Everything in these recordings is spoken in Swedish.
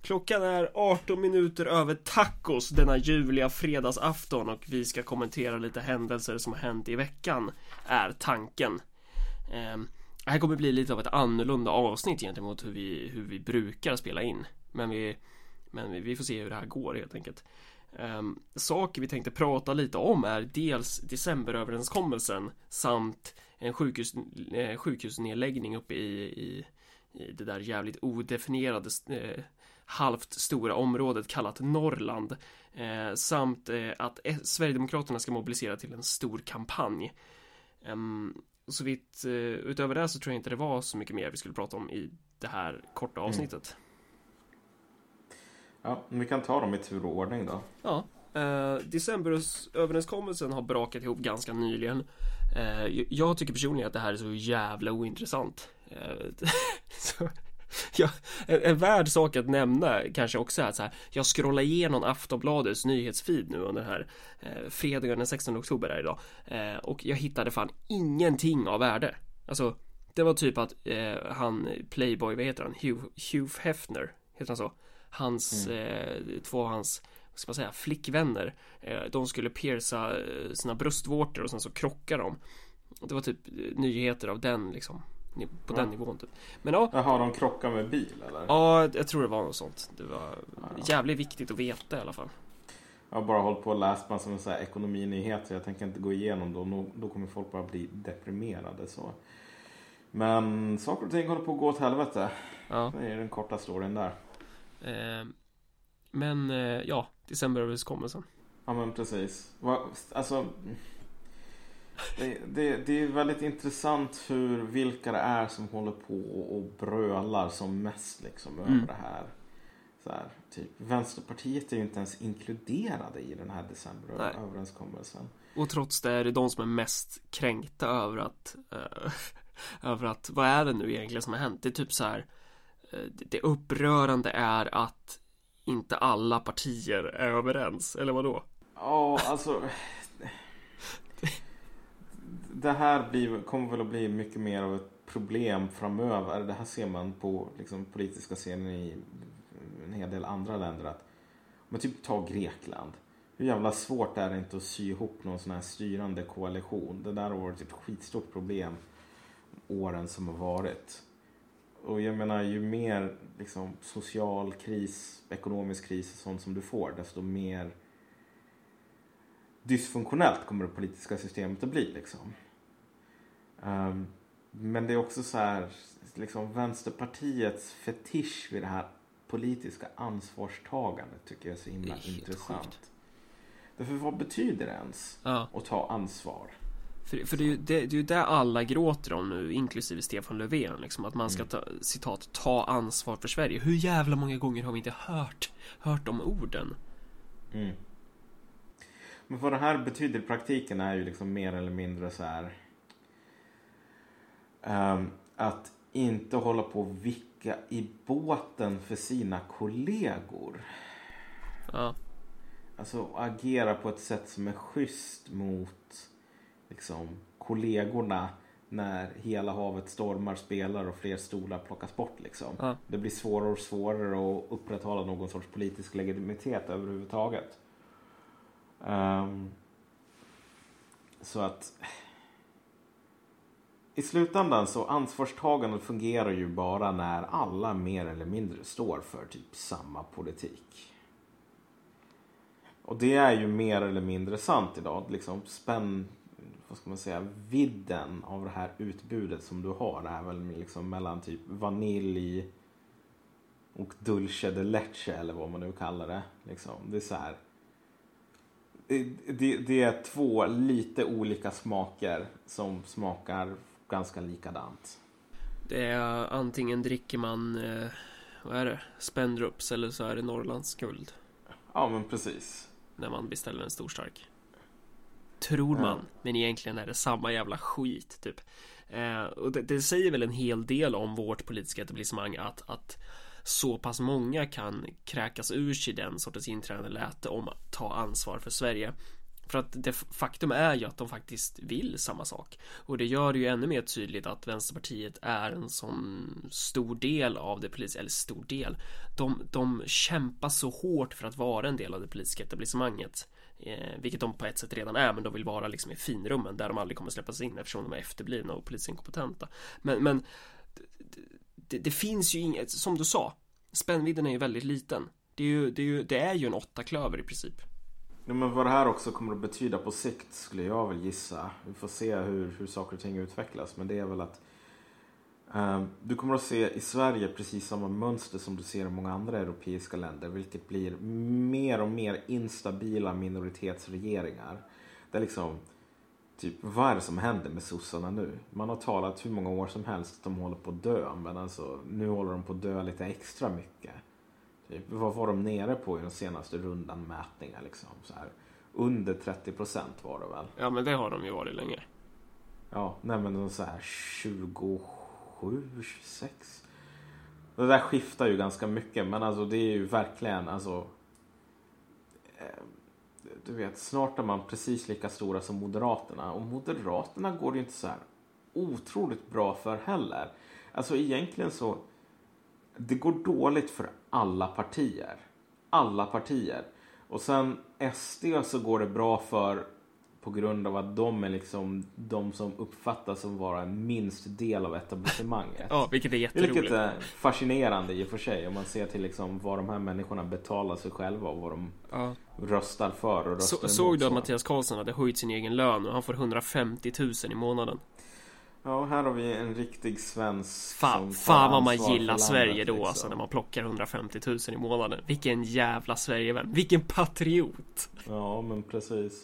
Klockan är 18 minuter över tacos denna juliga fredagsafton och vi ska kommentera lite händelser som har hänt i veckan, är tanken. Det här kommer bli lite av ett annorlunda avsnitt gentemot hur vi brukar spela in. Men vi får se hur det här går helt enkelt. Saker vi tänkte prata lite om är dels decemberöverenskommelsen samt en sjukhusnedläggning uppe i det där jävligt odefinierade halvt stora området kallat Norrland, samt att Sverigedemokraterna ska mobilisera till en stor kampanj. Så vitt utöver det så tror jag inte det var så mycket mer vi skulle prata om i det här korta avsnittet. Ja, vi kan ta dem i tur och ordning då. Ja, decemberöverenskommelsen har brakat ihop ganska nyligen. Jag tycker personligen att det här är så jävla ointressant. Så, ja, en värd sak att nämna kanske också är så här. Jag scrollar igenom Aftonbladets nyhetsfeed nu under den här fredagen den 16 oktober här idag, och jag hittade fan ingenting av värde. Alltså, det var typ att han Playboy, vad heter han? Hugh Hefner, heter han så? Två av hans, vad ska man säga, flickvänner, de skulle pierca sina bröstvårtor och sen så krockar de. Det var typ nyheter av den liksom, på den nivån typ. Men ja, har de krockat med bil eller? Ja, jag tror det var något sånt. Det var jävligt viktigt att veta i alla fall. Jag har bara hållit på och läst massor med så här ekonominyheter. Jag tänker inte gå igenom dem. Då kommer folk bara bli deprimerade så. Men saker och ting håller på att gå åt helvete. Ja. Det är den korta storyn där. Men ja, decemberöverenskommelsen. Ja, men precis. Alltså, det är väldigt intressant vilka det är som håller på och brölar som mest liksom över det här. Så här, typ Vänsterpartiet är ju inte ens inkluderade i den här decemberöverenskommelsen. Och trots det är det de som är mest kränkta över att vad är det nu egentligen som har hänt? Det är typ så här, det upprörande är att inte alla partier är överens, eller vad då? Ja, alltså det här kommer väl att bli mycket mer av ett problem framöver. Det här ser man på liksom, politiska scener i en hel del andra länder. Att, men typ ta Grekland. Hur jävla svårt är det inte att sy ihop någon sån här styrande koalition? Det där har varit ett skitstort problem åren som har varit. Och jag menar, ju mer liksom, social kris, ekonomisk kris och sånt som du får, desto mer dysfunktionellt kommer det politiska systemet att bli liksom. Men det är också så här liksom, Vänsterpartiets fetisch vid det här politiska ansvarstagandet tycker jag är så himla intressant. Sjukt. Därför vad betyder det ens att ta ansvar? För det är ju det alla gråter om nu, inklusive Stefan Löfven liksom, att man ska ta ansvar för Sverige. Hur jävla många gånger har vi inte hört de orden? Men vad det här betyder i praktiken är ju liksom mer eller mindre så här att inte hålla på och vicka i båten för sina kollegor. Ja. Alltså agera på ett sätt som är schysst mot liksom kollegorna när hela havet stormar, spelar och fler stolar plockas bort liksom. Ja. Det blir svårare och svårare att upprätthålla någon sorts politisk legitimitet överhuvudtaget. Så att i slutändan så ansvarstagandet fungerar ju bara när alla mer eller mindre står för typ samma politik. Och det är ju mer eller mindre sant idag. Liksom vad ska man säga, vidden av det här utbudet som du har är väl liksom mellan typ vanilj och dulce de leche eller vad man nu kallar det. Liksom. Det är så här. Det är två lite olika smaker som smakar ganska likadant. Det är antingen dricker man vad är det? Spendrups eller så är det Norrlands guld. Ja, men precis. När man beställer en stor stark. Tror man, men egentligen är det samma jävla skit typ. Och det säger väl en hel del om vårt politiska etablissemang att så pass många kan kräkas ur sig den sortens inträdande läte om att ta ansvar för Sverige. För att det faktum är ju att de faktiskt vill samma sak. Och det gör det ju ännu mer tydligt att Vänsterpartiet är en sån stor del av det politiska, eller stor del. De kämpar så hårt för att vara en del av det politiska etablissemanget. Vilket de på ett sätt redan är, men de vill vara liksom i finrummen där de aldrig kommer släppas in eftersom de är efterblivna och politiskt inkompetenta. Men det finns ju inget, som du sa, spännvidden är ju väldigt liten. Det är ju en 8-klöver i princip. Ja, men vad det här också kommer att betyda på sikt skulle jag väl gissa. Vi får se hur saker och ting utvecklas. Men det är väl att du kommer att se i Sverige precis samma mönster som du ser i många andra europeiska länder. Vilket blir mer och mer instabila minoritetsregeringar. Det är liksom, typ, vad är det som händer med sossarna nu? Man har talat hur många år som helst att de håller på att dö. Men alltså, nu håller de på att dö lite extra mycket. Typ, vad var de nere på i den senaste rundan mätningar liksom? Så här, under 30% var det väl? Ja, men det har de ju varit länge. Ja, nej men så här 27, 26. Det där skiftar ju ganska mycket. Men alltså det är ju verkligen, alltså du vet, snart är man precis lika stora som Moderaterna. Och Moderaterna går det ju inte så här otroligt bra för heller. Alltså egentligen så, det går dåligt för alla partier. Alla partier. Och sen SD så går det bra för, på grund av att de är liksom de som uppfattas som vara en minst del av etablissemanget. Ja, vilket är jätteroligt. Vilket är fascinerande i och för sig. Om man ser till liksom vad de här människorna betalar sig själva och vad de röstar för och röstar emot. Såg du att Mattias Karlsson hade höjt sin egen lön och han får 150 000 i månaden? Ja, här har vi en riktig svensk. Fan vad man gillar Sverige landet, då liksom. Alltså när man plockar 150 000 i månaden. Vilken jävla Sverigevän. Vilken patriot. Ja, men precis.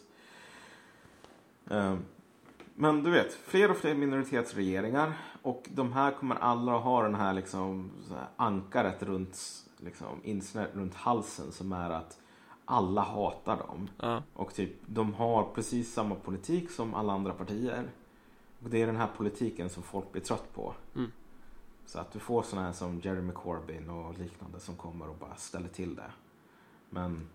Men du vet, fler och fler minoritetsregeringar. Och de här kommer alla att ha den här liksom så här ankaret runt liksom, insnärt runt halsen, som är att alla hatar dem. Och typ, de har precis samma politik som alla andra partier. Och det är den här politiken som folk blir trött på. Så att du får såna här som Jeremy Corbyn och liknande som kommer och bara ställer till det. Men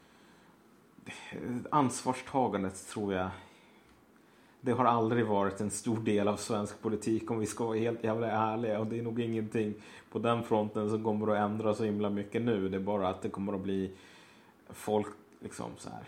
ansvarstagandet tror jag, det har aldrig varit en stor del av svensk politik, om vi ska vara helt jävla ärliga. Och det är nog ingenting på den fronten som kommer att ändra så himla mycket nu. Det är bara att det kommer att bli folk liksom så här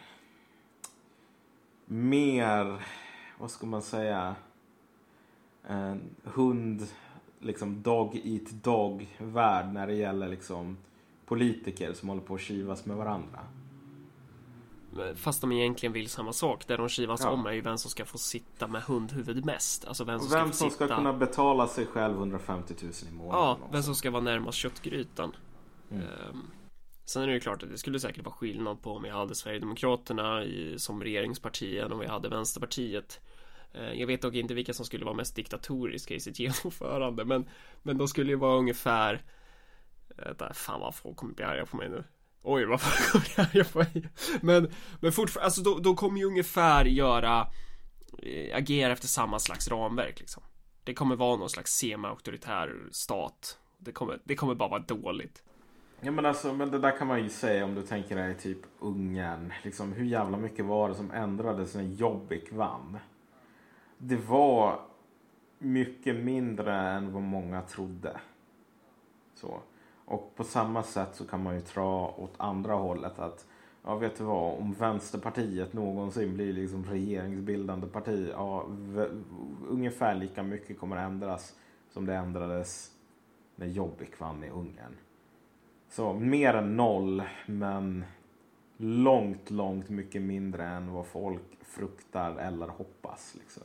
mer, vad ska man säga, en hund liksom dog eat dog värld när det gäller liksom politiker som håller på att kivas med varandra. Fast de egentligen vill samma sak. Där de kivas om är ju vem som ska få sitta med hundhuvud mest. Alltså vem som ska kunna betala sig själv 150 000 i månaden. Ja, vem som ska vara närmast köttgrytan. Sen är det ju klart att det skulle säkert vara skillnad på om vi hade Sverigedemokraterna som regeringsparti än om vi hade Vänsterpartiet. Jag vet dock inte vilka som skulle vara mest diktatoriska i sitt genomförande. Men de skulle ju vara ungefär, fan vad folk kommer bli arga på mig nu. Oj, vad fan kommer bli arga på mig. Men fortfarande, alltså de kommer ju ungefär agera efter samma slags ramverk liksom. Det kommer vara någon slags semi-auktoritär stat. Det kommer bara vara dåligt. Ja, men alltså, men det där kan man ju säga om du tänker dig typ Ungern. Liksom, hur jävla mycket var det som ändrades när Jobbik vann? Det var mycket mindre än vad många trodde. Så. Och på samma sätt så kan man ju dra åt andra hållet att, ja, vet du vad, om Vänsterpartiet någonsin blir liksom regeringsbildande parti, ja, ungefär lika mycket kommer ändras som det ändrades när Jobbik vann i Ungern. Så mer än 0, men långt mycket mindre än vad folk fruktar eller hoppas liksom.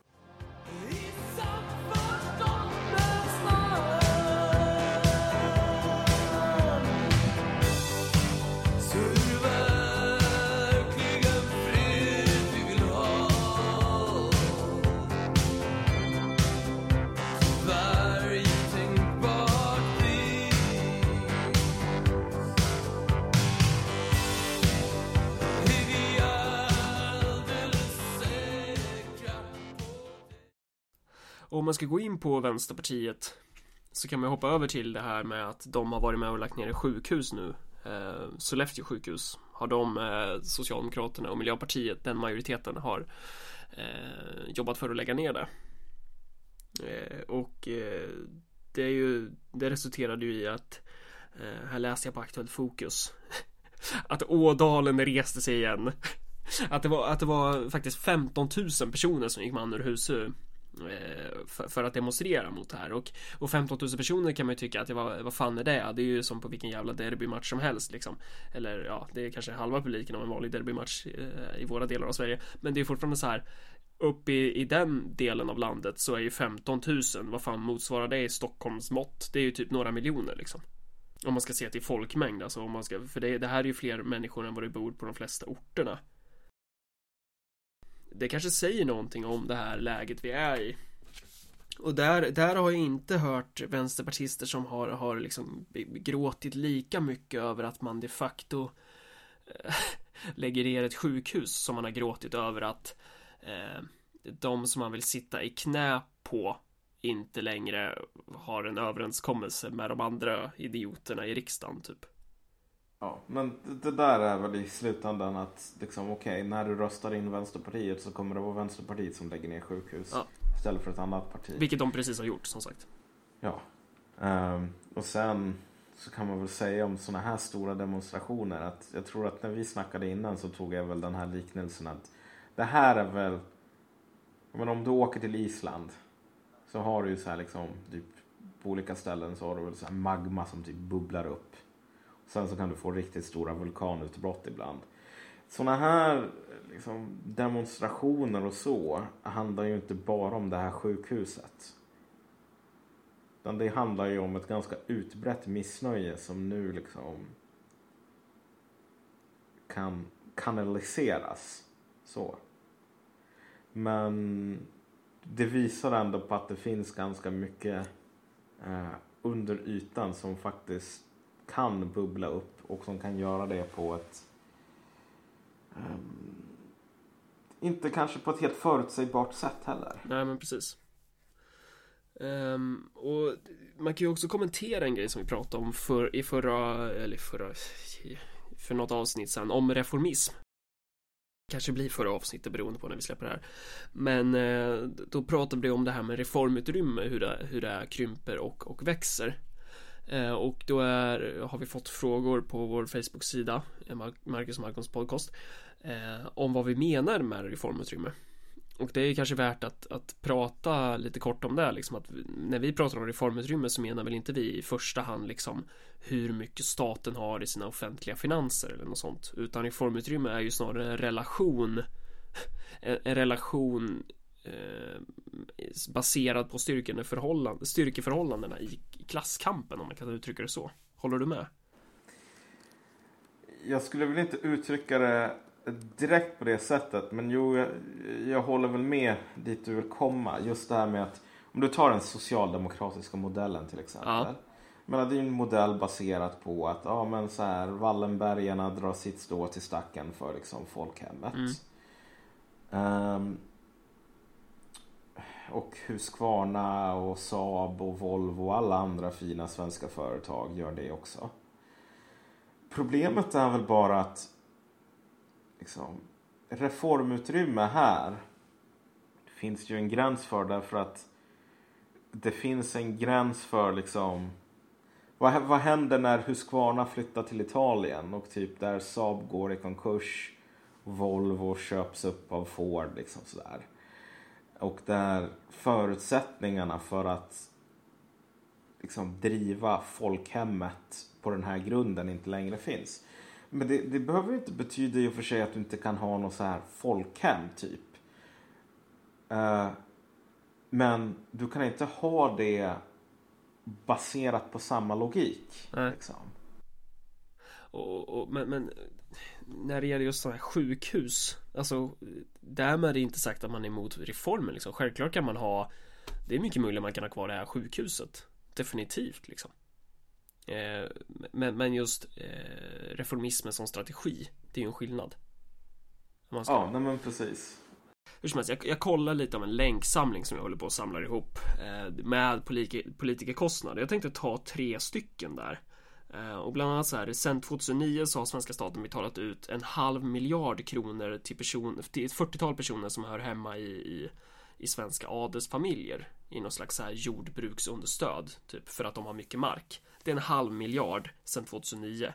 Om man ska gå in på Vänsterpartiet så kan man hoppa över till det här med att de har varit med och lagt ner ett sjukhus nu. Sollefteå sjukhus har de Socialdemokraterna och Miljöpartiet, den majoriteten har jobbat för att lägga ner det. Och det resulterade ju i att här läste jag på Aktuellt Fokus att Ådalen reste sig igen. Att det var faktiskt 15 000 personer som gick man ur huset för att demonstrera mot det här. Och 15 000 personer kan man ju tycka att vad fan är det? Det är ju som på vilken jävla derbymatch som helst liksom. Eller ja, det är kanske halva publiken av en vanlig derbymatch i våra delar av Sverige. Men det är fortfarande så här, uppe i den delen av landet så är ju 15 000, vad fan motsvarar det i Stockholms mått? Det är ju typ några miljoner liksom. Om man ska se till folkmängd alltså, för det här är ju fler människor än vad det bor på de flesta orterna. Det kanske säger någonting om det här läget vi är i. Och där har jag inte hört vänsterpartister som har liksom gråtit lika mycket över att man de facto lägger ner ett sjukhus som man har gråtit över att de som man vill sitta i knä på inte längre har en överenskommelse med de andra idioterna i riksdagen typ. Ja, men det där är väl i slutändan att liksom, okej, när du röstar in Vänsterpartiet så kommer det vara Vänsterpartiet som lägger ner sjukhus istället för ett annat parti. Vilket de precis har gjort, som sagt. Ja. Och sen så kan man väl säga om såna här stora demonstrationer att jag tror att när vi snackade innan så tog jag väl den här liknelsen att det här är väl, men om du åker till Island så har du ju så här liksom typ på olika ställen så har du väl så här magma som typ bubblar upp. Sen så kan du få riktigt stora vulkanutbrott ibland. Såna här liksom demonstrationer och så handlar ju inte bara om det här sjukhuset. Utan det handlar ju om ett ganska utbrett missnöje som nu liksom kan kanaliseras. Så. Men det visar ändå på att det finns ganska mycket under ytan som faktiskt kan bubbla upp och som kan göra det på ett inte kanske på ett helt förutsägbart sätt heller. Nej, men precis. Och man kan ju också kommentera en grej som vi pratade om för något avsnitt sedan om reformism. Kanske blir förra avsnittet beroende på när vi släpper det här. Men då pratade vi om det här med reformutrymme, hur det krymper och växer. Och då har vi fått frågor på vår Facebook-sida Marcus och Malcolms podcast om vad vi menar med reformutrymme. Och det är kanske värt att prata lite kort om det liksom, att när vi pratar om reformutrymme så menar väl inte vi i första hand liksom hur mycket staten har i sina offentliga finanser eller något sånt, utan reformutrymme är ju snarare en relation baserad på styrkeförhållandena i klasskampen, om man kan uttrycka det så. Håller du med? Jag skulle väl inte uttrycka det direkt på det sättet, men jo, jag håller väl med dit du vill komma. Just det här med att om du tar den socialdemokratiska modellen till exempel. Men det är en modell baserat på att men så här, Wallenbergarna drar sitt strå till stacken för liksom folkhemmet. Och Husqvarna och Saab och Volvo och alla andra fina svenska företag gör det också. Problemet är väl bara att liksom, reformutrymme här finns ju en gräns för, därför att det finns en gräns för liksom vad händer när Husqvarna flyttar till Italien och typ där Saab går i konkurs och Volvo köps upp av Ford liksom sådär. Och där förutsättningarna för att liksom driva folkhemmet på den här grunden inte längre finns. Men det behöver inte betyda i och för sig att du inte kan ha något så här folkhem typ. Men du kan inte ha det baserat på samma logik. Liksom. Men när det gäller just sådana här sjukhus, alltså därmed är det inte sagt att man är emot reformen liksom. Självklart kan man ha, det är mycket möjligt att man kan ha kvar det här sjukhuset, definitivt liksom. Men just reformismen som strategi, det är ju en skillnad. Ja, nej men precis. Hur som helst, jag kollar lite om en länksamling som jag håller på att samla ihop med politikerkostnader. Jag tänkte ta 3 stycken där. Och bland annat så här, sen 2009 så har svenska staten betalat ut 1,5 miljard kronor till ett 40-tal personer som hör hemma i svenska adelsfamiljer i någon slags så här jordbruksunderstöd typ, för att de har mycket mark. Det är 1,5 miljard sen 2009.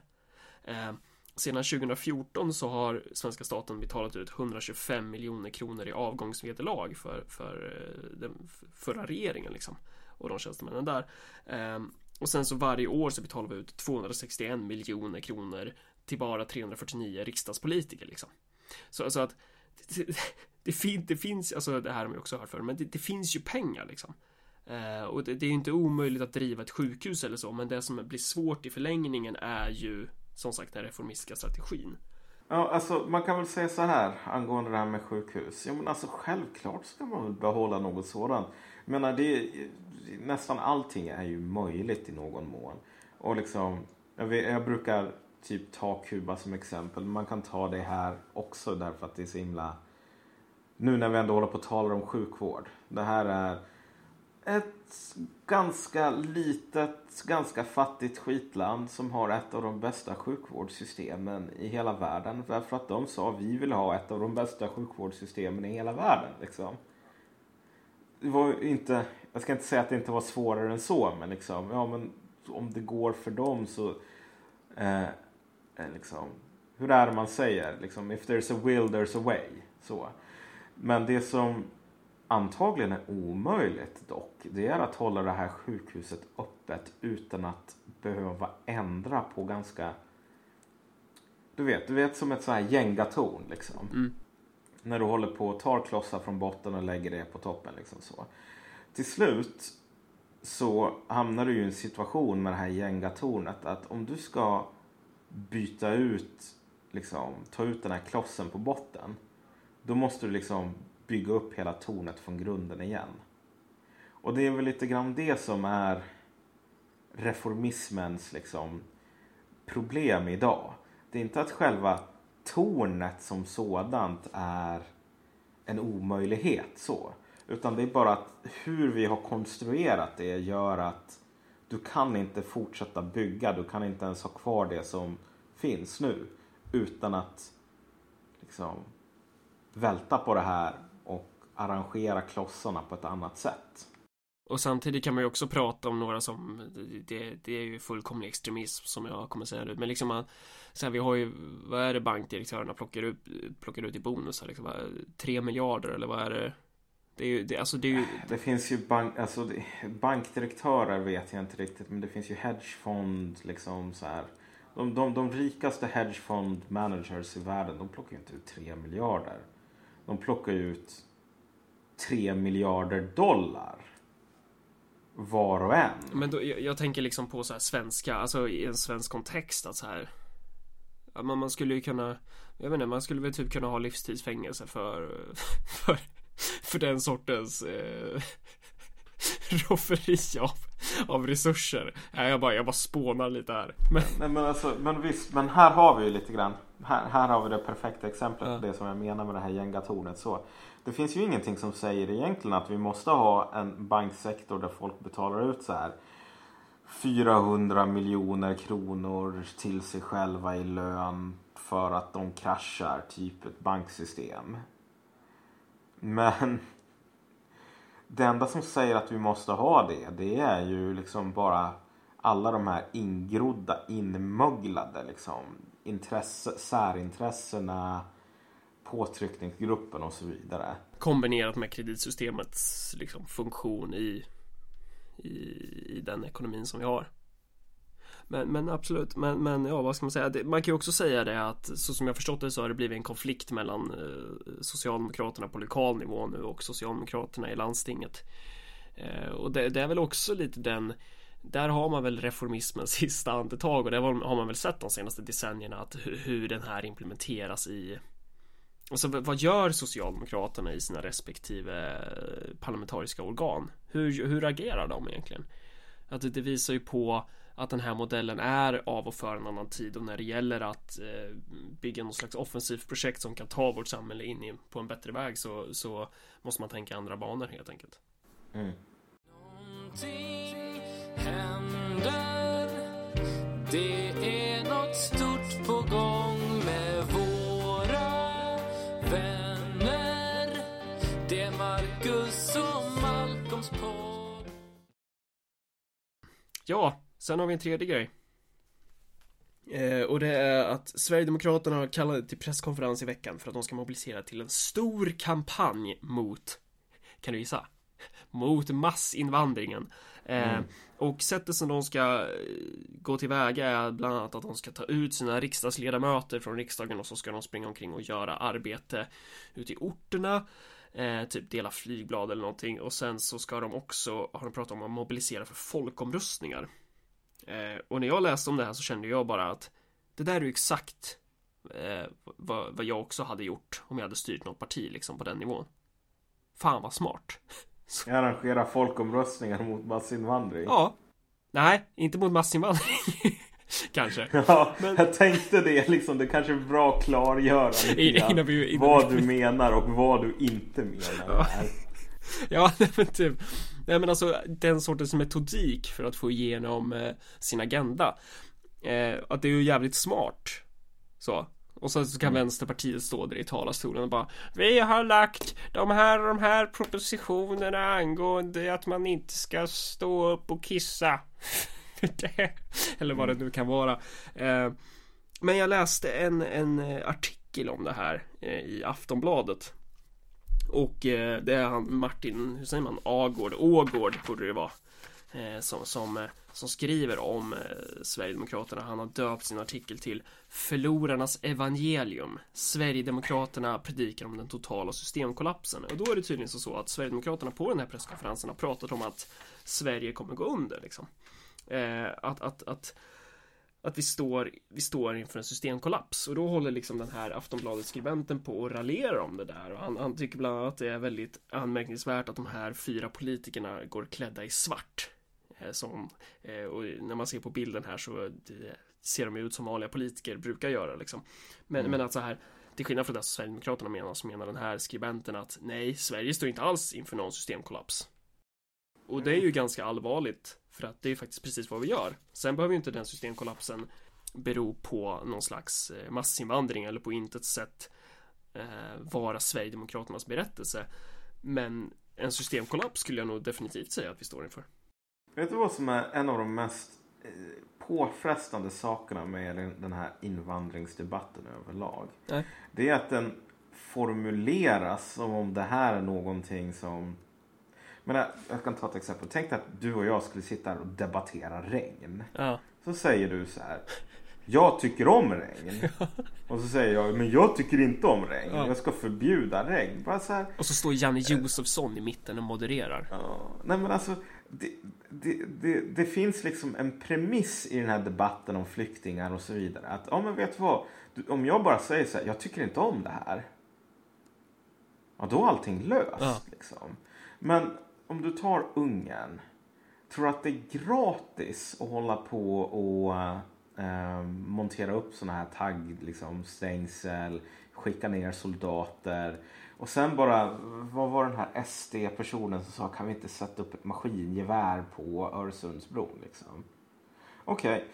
Sedan 2014 så har svenska staten betalat ut 125 miljoner kronor i avgångsvederlag för den förra regeringen liksom, och de tjänstemännen där. Och sen så varje år så betalar vi ut 261 miljoner kronor till bara 349 riksdagspolitiker liksom. Så att det finns, alltså det här har vi också hört förr, men det finns ju pengar liksom. Och det är ju inte omöjligt att driva ett sjukhus eller så, men det som blir svårt i förlängningen är ju som sagt den reformistiska strategin. Ja, alltså man kan väl säga så här angående det här med sjukhus. Ja, men alltså självklart ska man väl behålla något sådant. Jag menar, nästan allting är ju möjligt i någon mån. Och liksom, jag brukar typ ta Kuba som exempel. Man kan ta det här också därför att det är så himla... Nu när vi ändå håller på att tala om sjukvård. Det här är ett ganska litet, ganska fattigt skitland som har ett av de bästa sjukvårdssystemen i hela världen. Därför att de sa vi vill ha ett av de bästa sjukvårdssystemen i hela världen. Liksom. Det var inte, jag ska inte säga att det inte var svårare än så, men liksom, ja, men om det går för dem så liksom, hur är det man säger? Liksom, if there's a will, there's a way. Så. Men det som antagligen är omöjligt dock, det är att hålla det här sjukhuset öppet utan att behöva ändra på ganska... Du vet som ett så här gängatorn liksom. Mm. När du håller på och tar klossar från botten och lägger det på toppen liksom så. Till slut så hamnar du ju i en situation med det här gängatornet att om du ska byta ut, liksom, ta ut den här klossen på botten, då måste du liksom bygga upp hela tornet från grunden igen. Och det är väl lite grann det som är reformismens liksom problem idag. Det är inte att själva tornet som sådant är en omöjlighet så. Utan det är bara att hur vi har konstruerat det gör att du kan inte fortsätta bygga. Du kan inte ens ha kvar det som finns nu. Utan att liksom välta på det här och arrangera klossarna på ett annat sätt. Och samtidigt kan man ju också prata om några som det är ju fullkomlig extremism som jag kommer säga nu. Men liksom att så här, vi har ju, vad är det bankdirektörerna plockar ut i bonusar liksom, 3 miljarder eller vad är det? Det finns ju bankdirektörer vet jag inte riktigt, men det finns ju hedgefond liksom så här. De rikaste hedgefond managers i världen, de plockar ju inte ut 3 miljarder. De plockar ut 3 miljarder dollar var och en. Men då, jag tänker liksom på så här svenska, alltså i en svensk kontext att så här, man skulle ju kunna, jag vet inte, man skulle väl typ kunna ha livstidsfängelse för den sortens rofferi av resurser. Jag bara spånar lite här. Men visst, men här har vi ju lite grann, här har vi det perfekta exemplet på det som jag menar med det här gängatornet så. Det finns ju ingenting som säger egentligen att vi måste ha en banksektor där folk betalar ut så här 400 miljoner kronor till sig själva i lön för att de kraschar typ ett banksystem. Men det enda som säger att vi måste ha det är ju liksom bara alla de här ingrodda, inmöglade liksom särintressena, påtryckningsgruppen och så vidare. Kombinerat med kreditsystemets liksom funktion i den ekonomin som vi har. Men absolut, men ja, vad ska man säga? Man kan ju också säga det att så som jag förstått det så har det blivit en konflikt mellan Socialdemokraterna på lokal nivå nu och Socialdemokraterna i landstinget. Och det är väl också lite där har man väl reformismens sista andetag och det har man väl sett de senaste decennierna att hur den här implementeras i. Alltså vad gör Socialdemokraterna i sina respektive parlamentariska organ? Hur agerar de egentligen? Att det visar ju på att den här modellen är av och för en annan tid och när det gäller att bygga någon slags offensivt projekt som kan ta vårt samhälle in på en bättre väg så måste man tänka andra banor helt enkelt. Någonting händer Det är något stort på gång med våra vänner. Det är Marcus och Malcolms podd. Ja, sen har vi en tredje grej. Och det är att Sverigedemokraterna har kallat till presskonferens i veckan för att de ska mobilisera till en stor kampanj mot, kan du gissa? Mot massinvandringen. Och sättet som de ska gå tillväga är bland annat att de ska ta ut sina riksdagsledamöter från riksdagen och så ska de springa omkring och göra arbete ute i orterna. Typ dela flygblad eller någonting. Och sen så ska de också, har de pratat om att mobilisera för folkomröstningar. Och när jag läste om det här så kände jag bara att det där är ju exakt vad jag också hade gjort om jag hade styrt något parti liksom på den nivån. Fan vad smart. Arrangera folkomröstningar mot massinvandring. Ja. Nej, inte mot massinvandring. Kanske. Ja, men jag tänkte det liksom, det kanske är bra att klargöra lite vad du menar och vad du inte menar. Ja, men typ. Nej, men alltså den sortens metodik för att få igenom sin agenda. Att det är ju jävligt smart. Så. Och så kan Vänsterpartiet stå där i talarstolen och bara: vi har lagt de här propositionerna angående att man inte ska stå upp och kissa. Eller vad det nu kan vara. Men jag läste en artikel om det här i Aftonbladet. Och det är han Martin, hur säger man? Ågård borde det vara. Som skriver om Sverigedemokraterna. Han har döpt sin artikel till Förlorarnas evangelium. Sverigedemokraterna predikar om den totala systemkollapsen. Och då är det tydligen så att Sverigedemokraterna på den här presskonferensen har pratat om att Sverige kommer gå under liksom. Att vi står inför en systemkollaps. Och då håller liksom den här Aftonbladet-skribenten på och raljerar om det där. Och han tycker bland annat att det är väldigt anmärkningsvärt att de här 4 politikerna går klädda i svart. Och när man ser på bilden här så ser de ut som vanliga politiker brukar göra liksom. Men att så här, till skillnad från det som Sverigedemokraterna menar, så menar den här skribenten att nej, Sverige står inte alls inför någon systemkollaps. Och det är ju ganska allvarligt, för att det är faktiskt precis vad vi gör. Sen behöver ju inte den systemkollapsen bero på någon slags massinvandring eller på intet sätt vara Sverigedemokraternas berättelse. Men en systemkollaps skulle jag nog definitivt säga att vi står inför. Vet du vad som är en av de mest påfrestande sakerna med den här invandringsdebatten överlag? Nej. Det är att den formuleras som om det här är någonting som... Men jag kan ta ett exempel. Tänk dig att du och jag skulle sitta här och debattera regn. Ja. Så säger du så här: jag tycker om regn. Och så säger jag: men jag tycker inte om regn. Jag ska förbjuda regn. Bara så här. Och så står Janne Josefsson i mitten och modererar. Ja, nej men alltså det finns liksom en premiss i den här debatten om flyktingar och så vidare. Att, ja men vet du vad? Om jag bara säger så här: jag tycker inte om det här. Ja, då är allting löst liksom. Men om du tar Ungern, tror att det är gratis att hålla på och montera upp såna här tagg, liksom stängsel, skicka ner soldater och sen bara, vad var den här SD-personen som sa, kan vi inte sätta upp ett maskingevär på Öresundsbron liksom? Okej.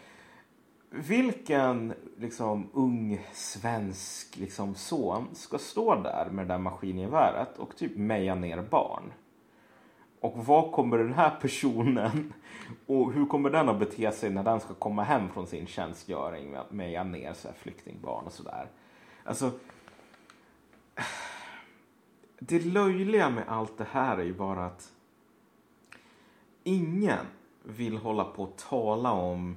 Vilken liksom ung svensk liksom son ska stå där med det där maskingeväret och typ meja ner barn? Och vad kommer den här personen, och hur kommer den att bete sig när den ska komma hem från sin tjänstgöring med att meja ner så här flyktingbarn och sådär? Alltså, det löjliga med allt det här är ju bara att ingen vill hålla på och tala om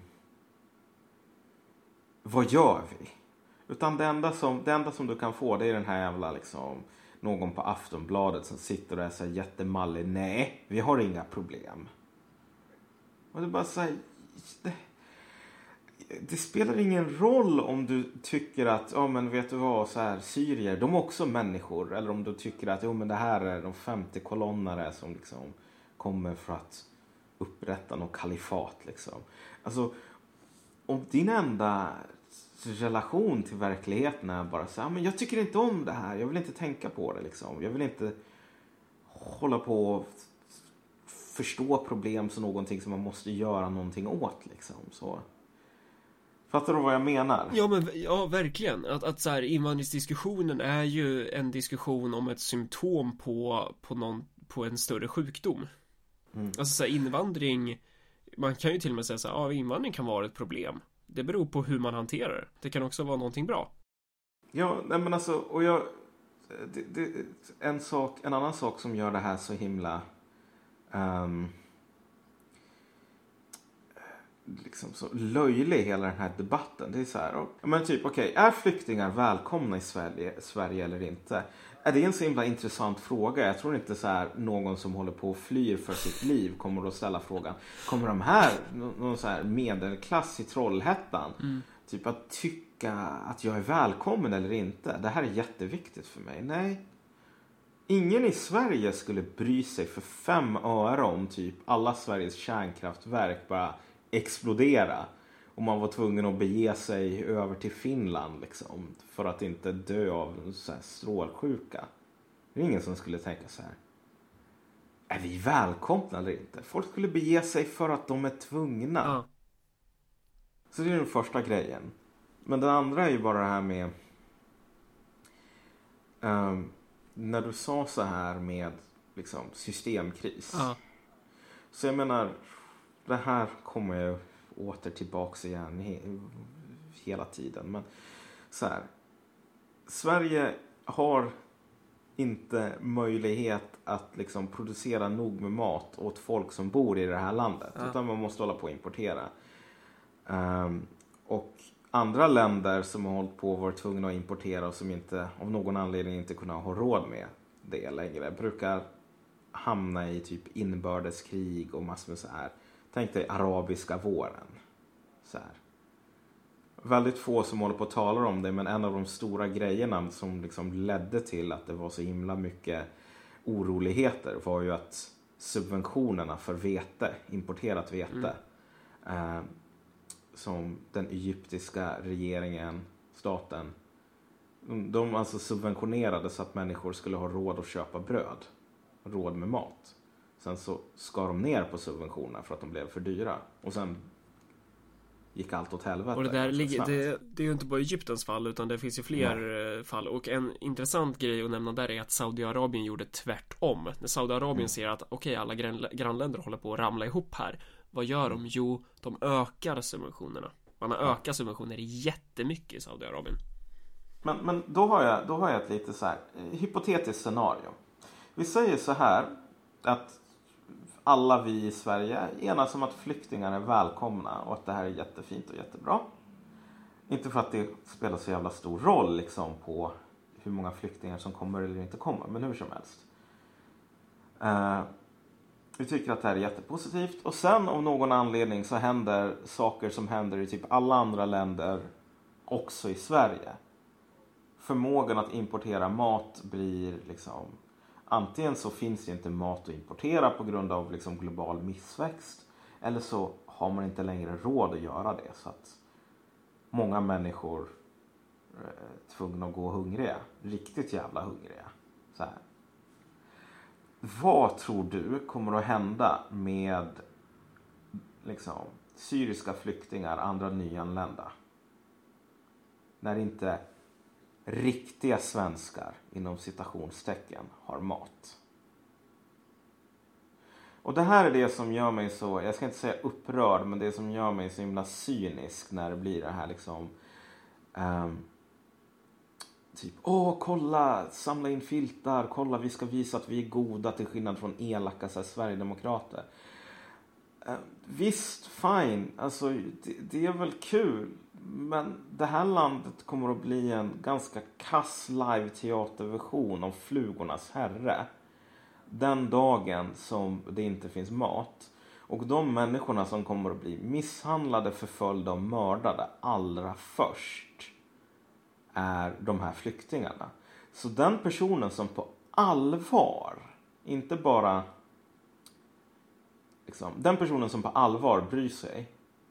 vad gör vi? Utan det enda som du kan få, det är den här jävla liksom, någon på Aftonbladet som sitter och är så jättemallig. Nej, vi har inga problem. Och det är bara så här, det spelar ingen roll om du tycker att, ja men vet du vad, så här, syrier, de är också människor. Eller om du tycker att, jo men det här är de 50 kolonnare som liksom kommer för att upprätta något kalifat liksom. Alltså, om din enda relation till verkligheten är bara så här, men jag tycker inte om det här, jag vill inte tänka på det liksom. Jag vill inte hålla på och förstå problem som någonting som man måste göra någonting åt liksom. Så Fattar du vad jag menar? Ja, men ja, verkligen. Att så här, invandringsdiskussionen är ju en diskussion om ett symptom på en större sjukdom. Alltså så här, invandring, man kan ju till och med säga så här, ja, invandring kan vara ett problem. Det beror på hur man hanterar det. Det kan också vara någonting bra. Ja, nej men alltså, och en annan sak som gör det här så himla liksom så löjlig hela den här debatten. Det är så här, men typ okej, är flyktingar välkomna i Sverige eller inte? Är det en så himla intressant fråga? Jag tror inte så här någon som håller på och flyr för sitt liv kommer att ställa frågan. Kommer de här någon så här medelklass i Trollhättan typ att tycka att jag är välkommen eller inte? Det här är jätteviktigt för mig. Nej. Ingen i Sverige skulle bry sig för 5 öre om typ alla Sveriges kärnkraftverk bara explodera. Och man var tvungen att bege sig över till Finland liksom, för att inte dö av så här strålsjuka. Det är ingen som skulle tänka så här. Är vi välkomna eller inte? Folk skulle bege sig för att de är tvungna. Ja. Så det är den första grejen. Men den andra är ju bara det här med när du sa så här med liksom systemkris. Ja. Så jag menar, det här kommer jag åter tillbaks igen hela tiden. Men så här, Sverige har inte möjlighet att liksom producera nog med mat åt folk som bor i det här landet. Ja. Utan man måste hålla på att importera. Och andra länder som har hållit på och varit tvungna att importera och som inte av någon anledning inte kunna ha råd med det längre brukar hamna i typ inbördeskrig och massor med så här. Tänk dig arabiska våren. Så här. Väldigt få som håller på att tala om det, men en av de stora grejerna som liksom ledde till att det var så himla mycket oroligheter var ju att subventionerna för vete, importerat vete, som den egyptiska regeringen, staten, de alltså subventionerade så att människor skulle ha råd att köpa bröd, råd med mat. Sen så skar de ner på subventionerna för att de blev för dyra. Och sen gick allt åt helvete. Och det där det är ju inte bara Egyptens fall, utan det finns ju fler fall. Och en intressant grej att nämna där är att Saudiarabien gjorde tvärtom. När Saudiarabien ser att okej, alla grannländer håller på att ramla ihop här. Vad gör de? Jo, de ökar subventionerna. Man har ökat subventioner jättemycket i Saudiarabien. Men då har jag ett lite så här hypotetiskt scenario. Vi säger så här att alla vi i Sverige enas om att flyktingar är välkomna och att det här är jättefint och jättebra. Inte för att det spelar så jävla stor roll liksom på hur många flyktingar som kommer eller inte kommer, men hur som helst. Vi tycker att det här är jättepositivt, och sen av någon anledning så händer saker som händer i typ alla andra länder också i Sverige. Förmågan att importera mat blir liksom, antingen så finns det inte mat att importera på grund av liksom global missväxt, eller så har man inte längre råd att göra det, så att många människor är tvungna att gå hungriga, riktigt jävla hungriga. Så här. Vad tror du kommer att hända med liksom syriska flyktingar, andra nyanlända, när inte riktiga svenskar inom citationstecken har mat? Och det här är det som gör mig så, jag ska inte säga upprörd, men det som gör mig så himla cynisk när det blir det här liksom typ, kolla, samla in filtar, kolla, vi ska visa att vi är goda till skillnad från elaka så här, Sverigedemokrater. Visst, fine, alltså det är väl kul, men det här landet kommer att bli en ganska kass live-teaterversion av Flugornas herre den dagen som det inte finns mat. Och de människorna som kommer att bli misshandlade, förföljda och mördade allra först är de här flyktingarna. Så den personen som på allvar, inte bara liksom, den personen som på allvar bryr sig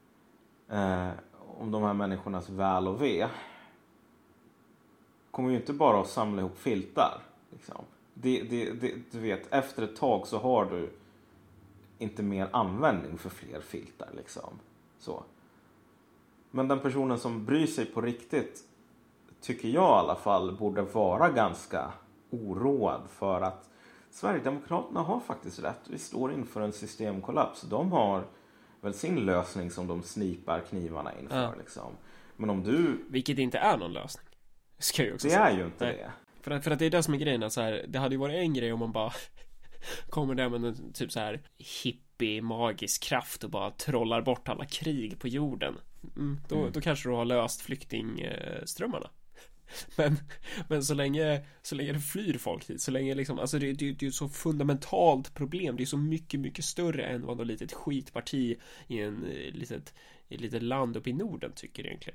om de här människornas väl och ve, kommer ju inte bara att samla ihop filtar liksom. Du vet, efter ett tag så har du inte mer användning för fler filtar liksom. Så. Men den personen som bryr sig på riktigt, tycker jag i alla fall, borde vara ganska oroad för att Sverigedemokraterna har faktiskt rätt. Vi står inför en systemkollaps. De har väl sin lösning som de snipar knivarna inför. Ja. Liksom. Men om du... Vilket inte är någon lösning. Ska jag också Det säga. är ju inte det. För att det är det som är grejen. Att så här, det hade ju varit en grej om man bara kommer där med en typ så här hippie magisk kraft och bara trollar bort alla krig på jorden. Då kanske du har löst flyktingströmmarna. Men så länge det flyr folk hit, så länge liksom, alltså det är ju så fundamentalt problem. Det är så mycket större än vad något litet skitparti i ett litet land uppe i Norden tycker egentligen.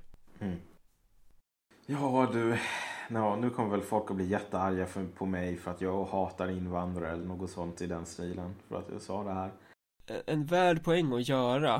Ja du, nu kommer väl folk att bli jättearga på mig för att jag hatar invandrare eller något sånt i den stilen, för att jag sa det här. En värd poäng att göra.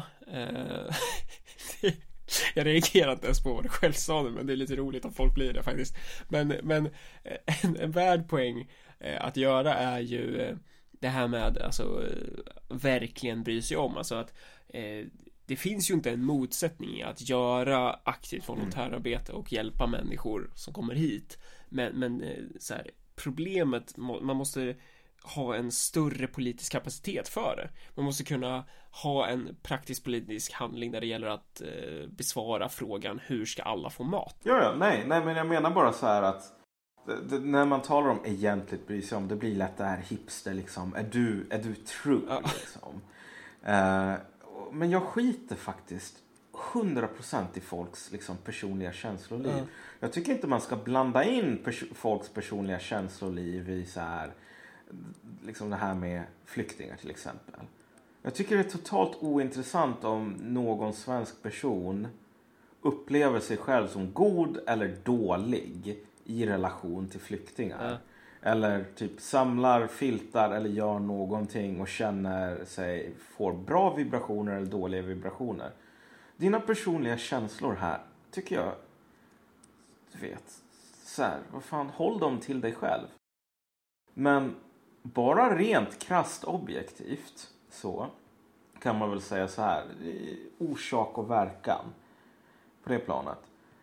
Jag reagerar inte ens på vad du själv sa nu, men det är lite roligt att folk blir det faktiskt. Men en värd poäng att göra är ju det här med alltså verkligen bry sig om. Alltså att det finns ju inte en motsättning i att göra aktivt volontärarbete och hjälpa människor som kommer hit. Men så här, problemet, man måste ha en större politisk kapacitet för det. Man måste kunna ha en praktisk politisk handling där det gäller att besvara frågan: hur ska alla få mat? Nej, men jag menar bara så här att när man talar om egentligt bry sig om, det blir lätt det här hipster liksom. Är du true liksom? Men jag skiter faktiskt 100% i folks liksom personliga känsloliv. Jag tycker inte man ska blanda in folks personliga känsloliv i så här, liksom det här med flyktingar till exempel. Jag tycker det är totalt ointressant om någon svensk person upplever sig själv som god eller dålig i relation till flyktingar. Eller typ samlar filtar eller gör någonting och känner sig, får bra vibrationer eller dåliga vibrationer. Dina personliga känslor här, tycker jag, du vet, så här, vad fan, håll dem till dig själv. Men bara rent krasst objektivt så kan man väl säga så här: orsak och verkan på det planet.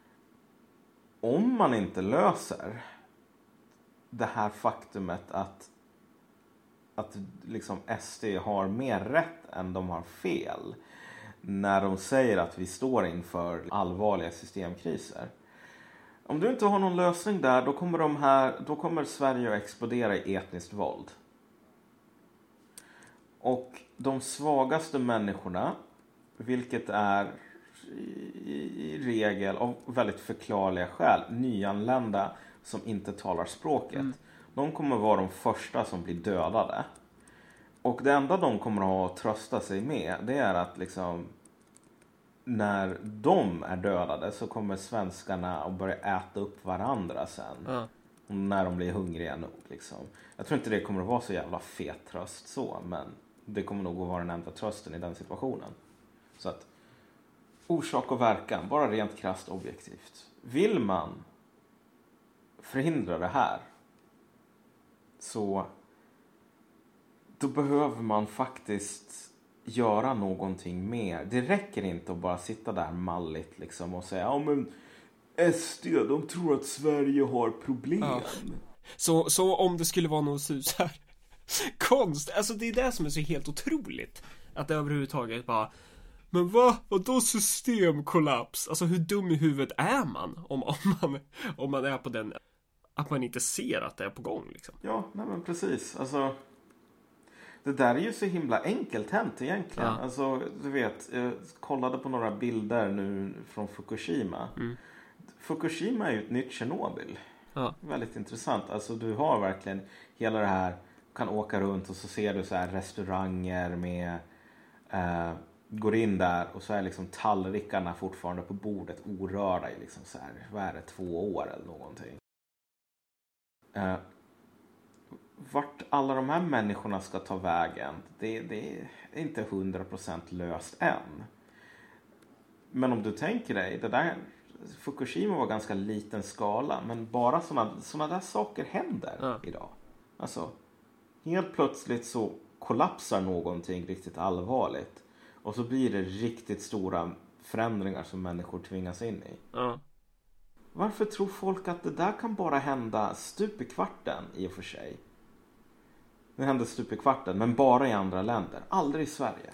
Om man inte löser det här faktumet att liksom SD har mer rätt än de har fel när de säger att vi står inför allvarliga systemkriser. Om du inte har någon lösning där, då kommer Sverige att explodera i etniskt våld. Och de svagaste människorna, vilket är i regel av väldigt förklarliga skäl nyanlända som inte talar språket, de kommer vara de första som blir dödade. Och det enda de kommer ha att trösta sig med, det är att liksom, när de är dödade så kommer svenskarna att börja äta upp varandra sen. När de blir hungriga nog liksom. Jag tror inte det kommer att vara så jävla fet tröst så, men det kommer nog att vara den enda trösten i den situationen. Så att orsak och verkan, bara rent krasst objektivt. Vill man förhindra det här, så då behöver man faktiskt göra någonting mer. Det räcker inte att bara sitta där malligt liksom och säga: ja men SD, de tror att Sverige har problem. Så om det skulle vara någon så här konst, alltså det är det som är så helt otroligt, att det överhuvudtaget bara, men vadå systemkollaps? Alltså hur dum i huvudet är man om man är på den, att man inte ser att det är på gång liksom. Ja, nej men precis. Alltså det där är ju så himla enkelt hänt egentligen. Alltså du vet, jag kollade på några bilder nu från Fukushima. Fukushima är ju ett nytt Tjernobyl. Väldigt intressant. Alltså du har verkligen hela det här, kan åka runt och så ser du så här restauranger med går in där och så är liksom tallrikarna fortfarande på bordet orörda i liksom så här, vad är det, 2 år eller någonting. Vart alla de här människorna ska ta vägen, det är inte 100% löst än. Men om du tänker dig, det där Fukushima var ganska liten skala, men bara såna där saker händer idag. Alltså helt plötsligt så kollapsar någonting riktigt allvarligt och så blir det riktigt stora förändringar som människor tvingas in i. Ja. Varför tror folk att det där kan bara hända stup i kvarten i och för sig? Det händer stup i kvarten, men bara i andra länder. Aldrig i Sverige.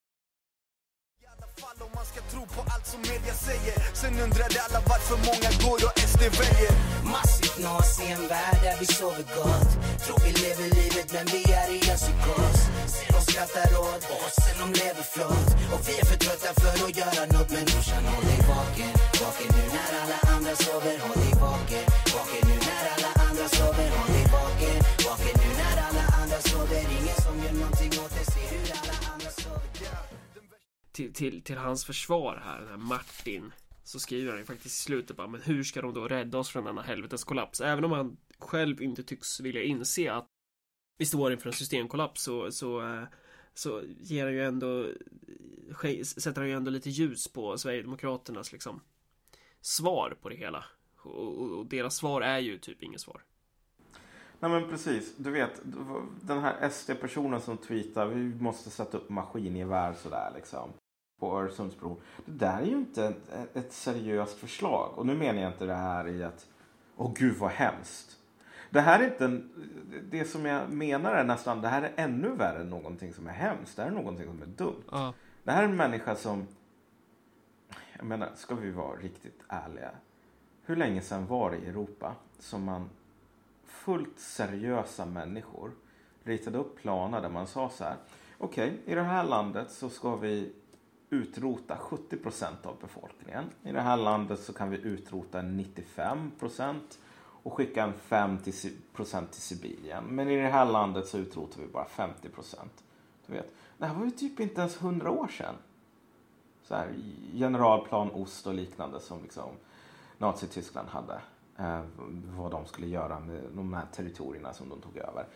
Om man ska tro på allt som media säger. Sen undrade alla varför många går och SD väljer. Massivt nås i en värld där vi sover gott. Tror vi lever livet men vi är i en psykos. Ser de skrattar åt oss, sen de lever flott. Och vi är för trötta för att göra något. Men brorsan, håll dig vaken. Vaken nu när alla andra sover. Håll dig vaken. Vaken nu när alla andra sover. Håll dig vaken. Vaken nu när alla andra sover. Ingen som gör någonting åt det. Se hur alla andra sover. Till hans försvar här, den här Martin, så skriver han ju faktiskt i slutet bara, men hur ska de då rädda oss från denna helvetes kollaps? Även om han själv inte tycks vilja inse att vi står inför en systemkollaps, så ger han ju ändå, sätter han ju ändå lite ljus på Sverigedemokraternas liksom svar på det hela. Och deras svar är ju typ inget svar. Nej men precis, du vet, den här SD-personen som tweetar, vi måste sätta upp maskingevär sådär liksom på Öresundsbron. Det där är ju inte ett seriöst förslag. Och nu menar jag inte det här i att åh gud vad hemskt. Det här är inte det som jag menar är nästan, det här är ännu värre än någonting som är hemskt. Det här är någonting som är dumt. Det här är en människa som, jag menar, ska vi vara riktigt ärliga. Hur länge sedan var det i Europa som man fullt seriösa människor ritade upp planer där man sa så här: okej, i det här landet så ska vi utrota 70% av befolkningen. I det här landet så kan vi utrota 95% och skicka en 5% till Sibirien. Men i det här landet så utrotar vi bara 50%. Du vet, det här var ju typ inte ens 100 år sedan. Så här, generalplan Ost och liknande som liksom Nazityskland hade. Vad de skulle göra med de här territorierna som de tog över.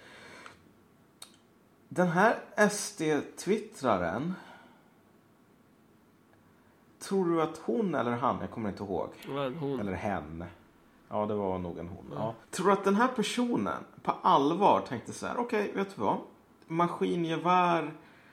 Den här SD-twittraren, tror du att hon eller han, jag kommer inte ihåg, Hon. eller hen, ja det var nog en hon, ja. Tror du att den här personen på allvar tänkte så här: okej, vet du vad, maskingevär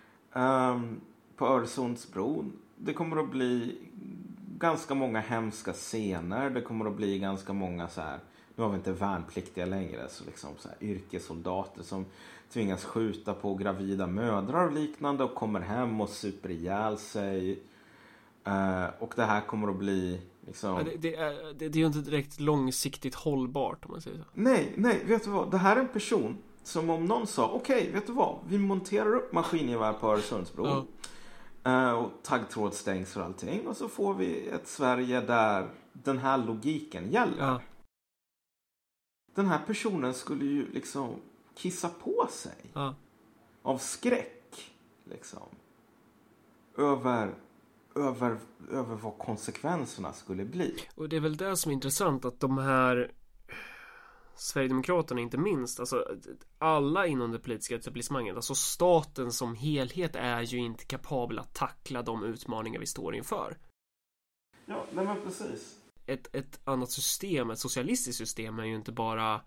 på Öresundsbron, det kommer att bli ganska många hemska scener. Det kommer att bli ganska många så här, nu har vi inte värnpliktiga längre, så liksom så här yrkessoldater som tvingas skjuta på gravida mödrar och liknande och kommer hem och super ihjäl sig. Och det här kommer att bli liksom... Ja, det är ju inte direkt långsiktigt hållbart om man säger så. Nej, vet du vad? Det här är en person som om någon sa, okej, vet du vad? Vi monterar upp maskingevär på Öresundsbron. Och taggtrådstängs och allting. Och så får vi ett Sverige där den här logiken gäller. Ja. Den här personen skulle ju liksom kissa på sig. Ja. Av skräck. Liksom. Över vad konsekvenserna skulle bli. Och det är väl det som är intressant, att de här Sverigedemokraterna inte minst, alltså alla inom det politiska etablissemanget, alltså staten som helhet är ju inte kapabel att tackla de utmaningar vi står inför. Ja, nej men precis. Ett annat system, ett socialistiskt system är ju inte bara,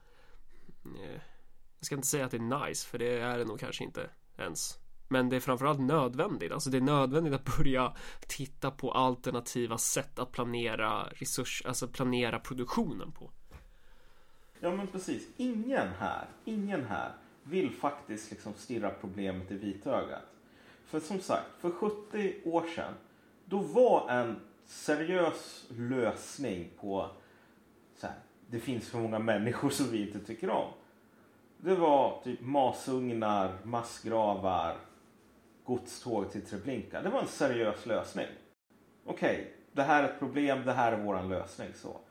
jag ska inte säga att det är nice, för det är det nog kanske inte ens. Men det är framförallt nödvändigt. Alltså det är nödvändigt att börja titta på alternativa sätt att planera alltså planera produktionen på. Ja men precis, ingen här vill faktiskt liksom stirra problemet i vitögat. För som sagt, för 70 år sedan, då var en seriös lösning på så här, det finns för många människor som vi inte tycker om. Det var typ masugnar, massgravar, godståg till Treblinka. Det var en seriös lösning. Okej, det här är ett problem, det här är våran lösning så.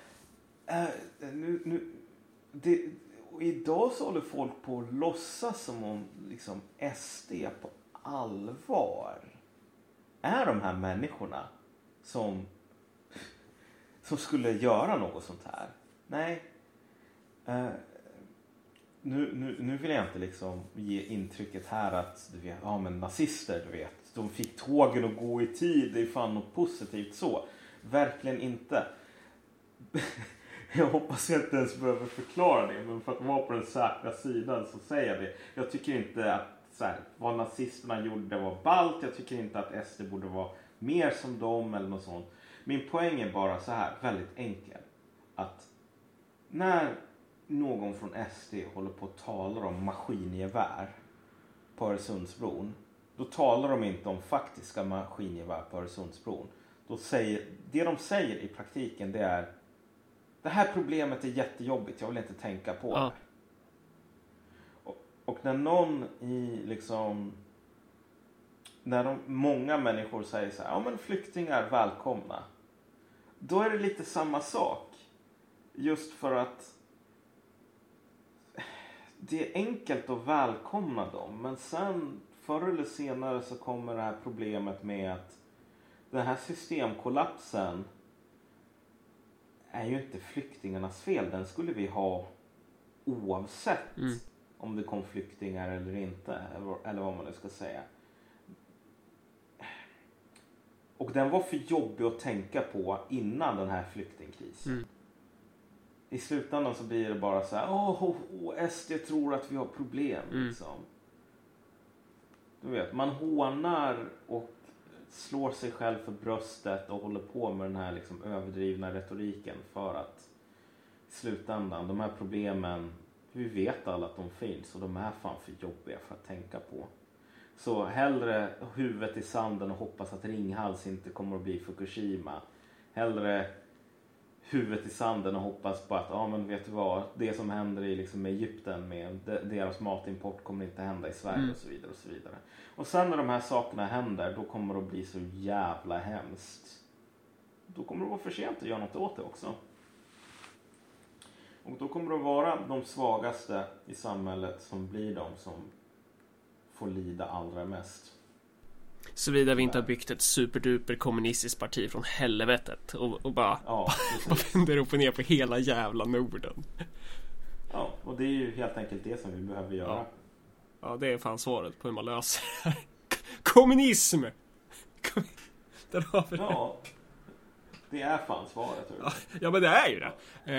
Och idag så håller folk på att låtsas som om liksom SD på allvar är de här människorna som skulle göra något sånt här. Nej. Nu vill jag inte liksom ge intrycket här att du vet, ja men nazister, du vet, de fick tågen att gå i tid, det är fan något positivt så. Verkligen inte. Jag hoppas jag inte ens behöver förklara det, men för att vara på den säkra sidan så säger jag det. Jag tycker inte att så här, vad nazisterna gjorde var ballt. Jag tycker inte att SD borde vara mer som dem eller något sånt. Min poäng är bara så här, väldigt enkel. Att när någon från SD håller på att tala om maskingevär på Öresundsbron, då talar de inte om faktiska maskingevär på Öresundsbron. Det de säger i praktiken, det är: det här problemet är jättejobbigt, jag vill inte tänka på det. Och när någon många människor säger så här: ja men flyktingar välkomna, då är det lite samma sak. Just för att det är enkelt att välkomna dem, men sen förr eller senare så kommer det här problemet med att den här systemkollapsen är ju inte flyktingarnas fel. Den skulle vi ha oavsett om det kom flyktingar eller inte, eller vad man nu ska säga. Och den var för jobbig att tänka på innan den här flyktingkrisen. I slutändan så blir det bara så här: SD tror att vi har problem liksom. Du vet, man hånar och slår sig själv för bröstet och håller på med den här liksom överdrivna retoriken för att i slutändan, de här problemen, vi vet alla att de finns och de är fan för jobbiga för att tänka på. Så hellre huvudet i sanden och hoppas att Ringhals inte kommer att bli Fukushima. Hellre huvudet i sanden och hoppas på att men vet du vad, det som händer i liksom Egypten med deras matimport kommer inte hända i Sverige och så vidare och så vidare. Och sen när de här sakerna händer, då kommer det att bli så jävla hemskt. Då kommer det vara för sent att göra något åt det också. Och då kommer det att vara de svagaste i samhället som blir de som får lida allra mest. Såvida vi inte har byggt ett superduper kommunistiskt parti från helvetet och bara vänder upp och ner på hela jävla Norden. Ja, och det är ju helt enkelt det som vi behöver göra. Ja, det är fan svaret på hur man löser det här. Kommunism! Där har vi det. Ja, det är fan svaret. Ja, men det är ju det.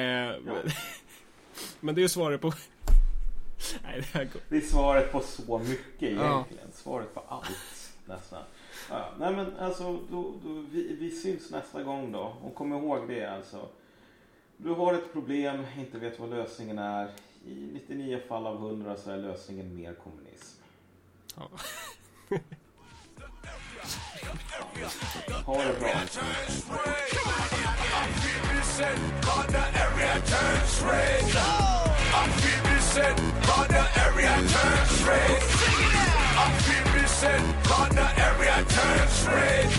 Men det är ju svaret på... Nej, det är svaret på så mycket egentligen. Svaret på allt nästan. Nej men alltså vi syns nästa gång då. Och kom ihåg det alltså. Du har ett problem, inte vet vad lösningen är. I 99 fall av 100 så är lösningen mer kommunism. Ja. Ha det bra. Said, on the area turns red. I'm feeling said, on the area turns red.